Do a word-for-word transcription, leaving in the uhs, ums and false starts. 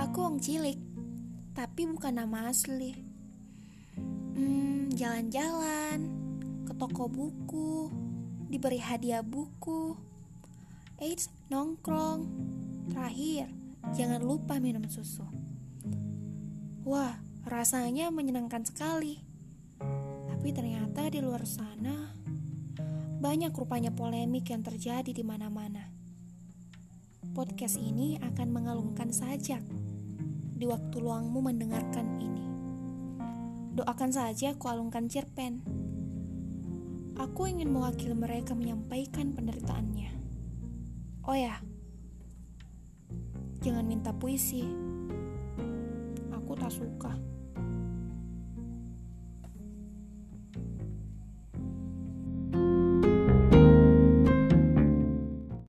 Aku wong cilik, tapi bukan nama asli. Hmm, jalan-jalan, ke toko buku, diberi hadiah buku. Eits, nongkrong. Terakhir, jangan lupa minum susu. Wah, rasanya menyenangkan sekali. Tapi ternyata di luar sana banyak rupanya polemik yang terjadi di mana-mana. Podcast ini akan mengalungkan sajak di waktu luangmu mendengarkan ini. Doakan saja aku alungkan cerpen. Aku ingin mewakili mereka menyampaikan penderitaannya. Oh ya, jangan minta puisi. Aku tak suka.